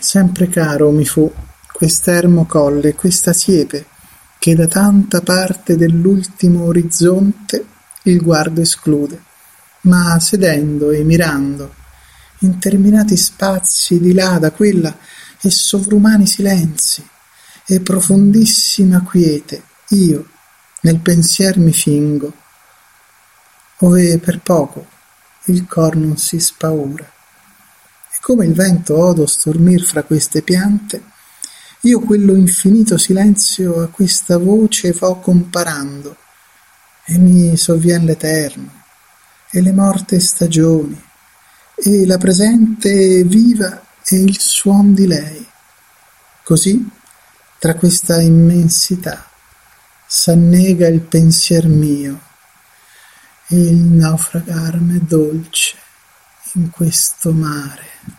Sempre caro mi fu quest'ermo colle, questa siepe, che da tanta parte dell'ultimo orizzonte il guardo esclude, ma sedendo e mirando, interminati spazi di là da quella e sovrumani silenzi e profondissima quiete, io nel pensier mi fingo, ove per poco il cor non si spaura. E come il vento odo stormir fra queste piante, io quello infinito silenzio a questa voce vo comparando, e mi sovvien l'eterno, e le morte stagioni, e la presente viva e il suon di lei. Così, tra questa immensità, s'annega il pensier mio, e il naufragar m'è dolce in questo mare.